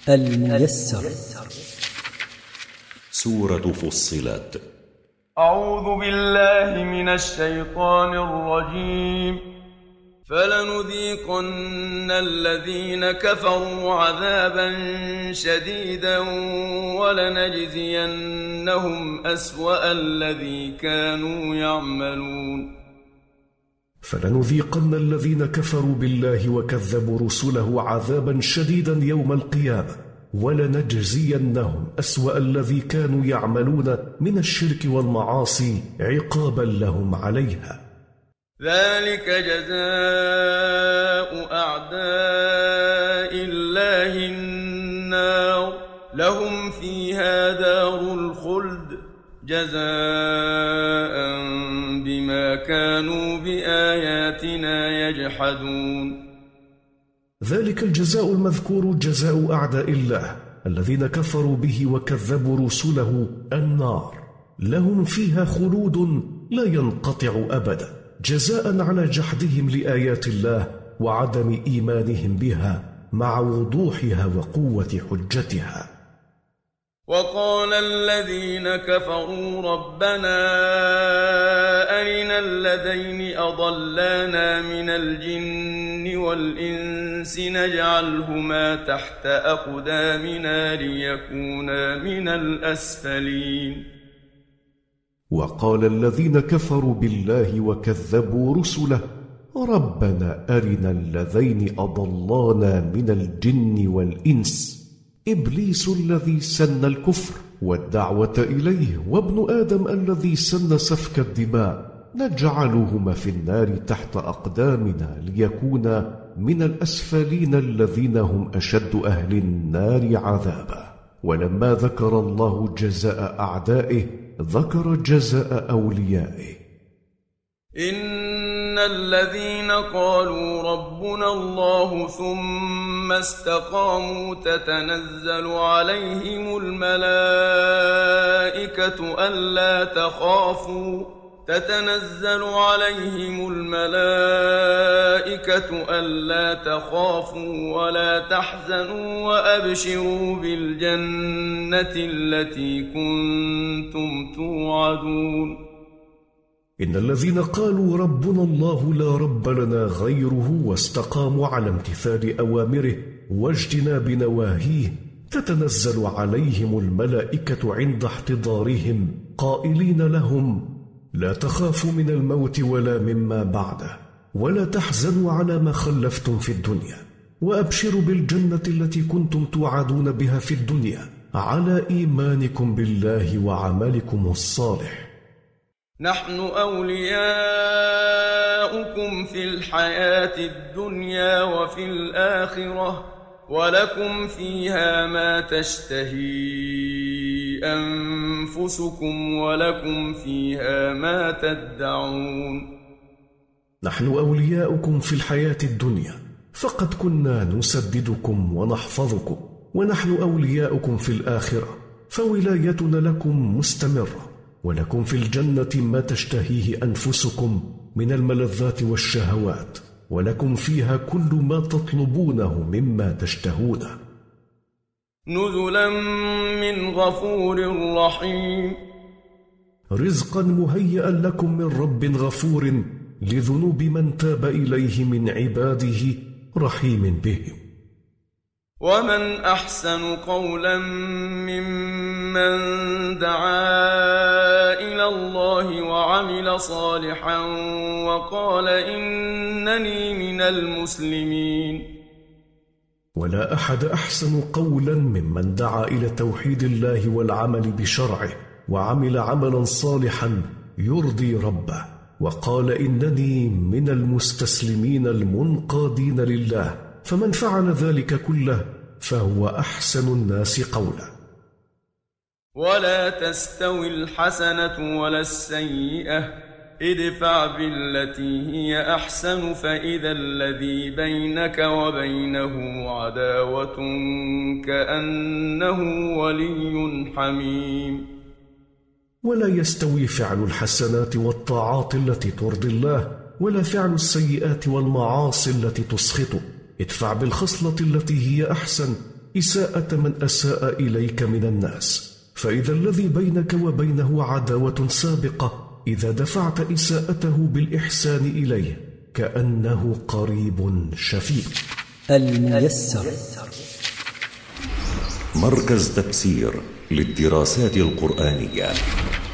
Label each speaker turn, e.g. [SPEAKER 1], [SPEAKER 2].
[SPEAKER 1] الميسر.
[SPEAKER 2] سورة فصلت.
[SPEAKER 3] أعوذ بالله من الشيطان الرجيم. فلنذيقن الذين كفروا عذابا شديدا ولنجزينهم أسوأ الذي كانوا يعملون.
[SPEAKER 4] فلنذيقن الذين كفروا بالله وكذبوا رسله عذابا شديدا يوم القيامة ولنجزينهم أسوأ الذي كانوا يعملون من الشرك والمعاصي عقابا لهم عليها.
[SPEAKER 3] ذلك جزاء أعداء الله النار لهم فيها دار الخلد جزاء بما كانوا بآياتنا يجحدون.
[SPEAKER 4] ذلك الجزاء المذكور جزاء أعداء الله الذين كفروا به وكذبوا رسله النار لهم فيها خلود لا ينقطع أبدا جزاء على جحدهم لآيات الله وعدم إيمانهم بها مع وضوحها وقوة حجتها.
[SPEAKER 3] وقال الذين كفروا ربنا أرنا الذين أضلانا من الجن والإنس نجعلهما تحت أقدامنا ليكونا من الأسفلين.
[SPEAKER 4] وقال الذين كفروا بالله وكذبوا رسله ربنا أرنا الذين أضلانا من الجن والإنس إبليس الذي سن الكفر والدعوة إليه وابن آدم الذي سن سفك الدماء نجعلهما في النار تحت أقدامنا ليكونا من الأسفلين الذين هم أشد أهل النار عذابا. ولما ذكر الله جزاء أعدائه ذكر جزاء أوليائه.
[SPEAKER 3] إن الذين قالوا ربنا الله ثم استقاموا تتنزل عليهم الملائكة ألا تخافوا ولا تحزنوا وأبشروا بالجنة التي كنتم توعدون.
[SPEAKER 4] إن الذين قالوا ربنا الله لا رب لنا غيره واستقاموا على امتثال أوامره واجتناب نواهيه تتنزل عليهم الملائكة عند احتضارهم قائلين لهم لا تخافوا من الموت ولا مما بعده ولا تحزنوا على ما خلفتم في الدنيا وأبشروا بالجنة التي كنتم توعدون بها في الدنيا على إيمانكم بالله وعملكم الصالح.
[SPEAKER 3] نحن أولياؤكم في الحياة الدنيا وفي الآخرة ولكم فيها ما تشتهي أنفسكم ولكم فيها ما تدعون.
[SPEAKER 4] نحن أولياؤكم في الحياة الدنيا فقد كنا نسددكم ونحفظكم ونحن أولياؤكم في الآخرة فولايتنا لكم مستمرة ولكم في الجنة ما تشتهيه أنفسكم من الملذات والشهوات ولكم فيها كل ما تطلبونه مما تشتهونه.
[SPEAKER 3] نزلا من غفور رحيم.
[SPEAKER 4] رزقا مهيئا لكم من رب غفور لذنوب من تاب إليه من عباده رحيم بهم.
[SPEAKER 3] ومن أحسن قولا ممن دعا إلى الله وعمل صالحا وقال إنني من المسلمين.
[SPEAKER 4] ولا أحد أحسن قولا ممن دعا إلى توحيد الله والعمل بشرعه وعمل عملا صالحا يرضي ربه وقال إنني من المستسلمين المنقادين لله. فمن فعل ذلك كله فهو أحسن الناس قولا.
[SPEAKER 3] ولا تستوي الحسنة ولا السيئة ادفع بالتي هي أحسن فإذا الذي بينك وبينه عداوة كأنه ولي حميم.
[SPEAKER 4] ولا يستوي فعل الحسنات والطاعات التي ترضي الله ولا فعل السيئات والمعاصي التي تسخطه. ادفع بالخصلة التي هي أحسن إساءة من أساء إليك من الناس، فإذا الذي بينك وبينه عداوة سابقة إذا دفعت إساءته بالإحسان إليه كأنه قريب شفيق.
[SPEAKER 1] الميسر.
[SPEAKER 2] مركز تفسير للدراسات القرآنية.